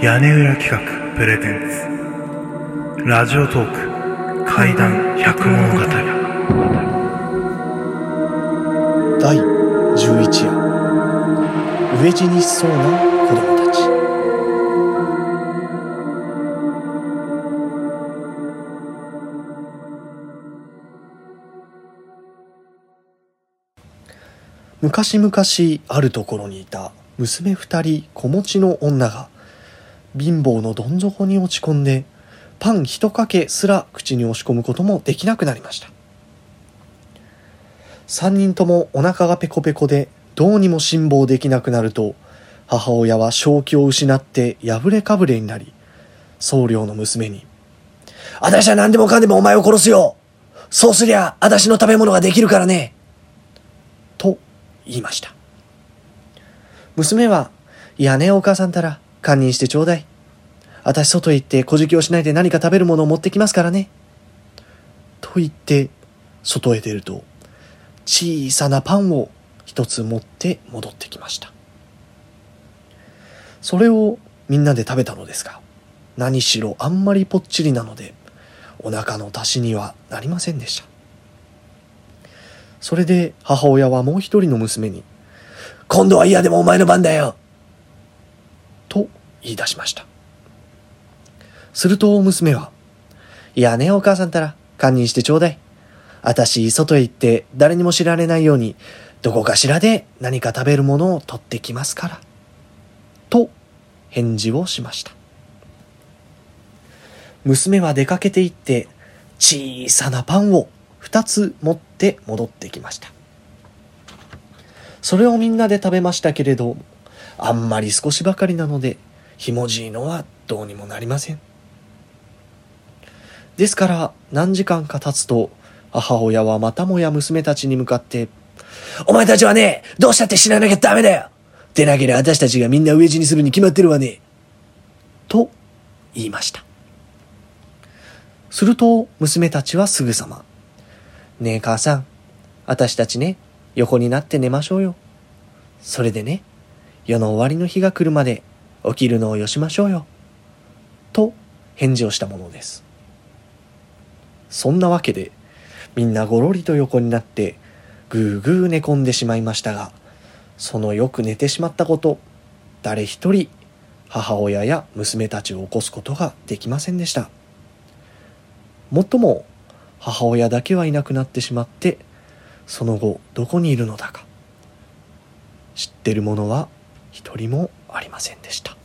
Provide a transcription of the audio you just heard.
屋根裏企画プレゼンツラジオトーク怪談百物語第11夜、飢え死にしそうな子供たち。昔々あるところにいた娘二人子持ちの女が貧乏のどん底に落ち込んでパン一かけすら口に押し込むこともできなくなりました。三人ともお腹がペコペコでどうにも辛抱できなくなると、母親は正気を失って破れかぶれになり、僧侶の娘にあたしは何でもかんでもお前を殺すよ、そうすりゃあたしの食べ物ができるからね、と言いました。娘は、いやねお母さんたら堪忍してちょうだい。あたし外へ行って小じをしないで何か食べるものを持ってきますからね。と言って外へ出ると、小さなパンを一つ持って戻ってきました。それをみんなで食べたのですが、何しろあんまりぽっちりなのでお腹の足しにはなりませんでした。それで母親はもう一人の娘に、今度は嫌でもお前の番だよと言い出しました。すると娘は、いやねお母さんたら堪忍してちょうだい。あたし外へ行って誰にも知られないようにどこかしらで何か食べるものを取ってきますから、と返事をしました。娘は出かけて行って小さなパンを2つ持って戻ってきました。それをみんなで食べましたけれど、あんまり少しばかりなのでひもじいのはどうにもなりません。ですから何時間か経つと、母親はまたもや娘たちに向かって、お前たちはね、どうしたって死ななきゃダメだよ。でなければ私たちがみんな飢え死にするに決まってるわね。と言いました。すると娘たちはすぐさま、ねえ母さん、私たちね、横になって寝ましょうよ。それでね、世の終わりの日が来るまで起きるのをよしましょうよ。と返事をしたものです。そんなわけで、みんなごろりと横になってぐーぐー寝込んでしまいましたが、そのよく寝てしまったこと、誰一人母親や娘たちを起こすことができませんでした。もっとも母親だけはいなくなってしまって、その後どこにいるのだか知ってる者は一人もありませんでした。